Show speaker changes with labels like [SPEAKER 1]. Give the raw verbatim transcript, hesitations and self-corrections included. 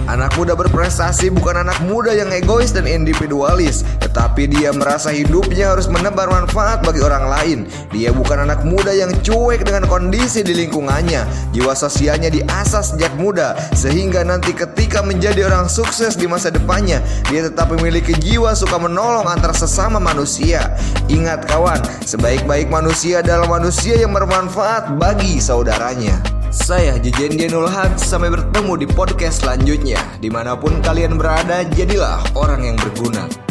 [SPEAKER 1] Anak muda berprestasi bukan anak muda yang egois dan individualis, tetapi dia merasa hidupnya harus menebar manfaat bagi orang lain. Dia bukan anak muda yang cuek dengan kondisi di lingkungannya. Jiwa sosialnya diasah sejak muda, sehingga nanti ketika menjadi orang sukses di masa depannya, dia tetap memiliki jiwa suka menolong antar sesama manusia. Ingat kawan, sebaik-baik manusia adalah manusia yang bermanfaat bagi saudaranya. Saya Jejen Dienul Haq, sampai bertemu di podcast selanjutnya. Dimanapun kalian berada, jadilah orang yang berguna.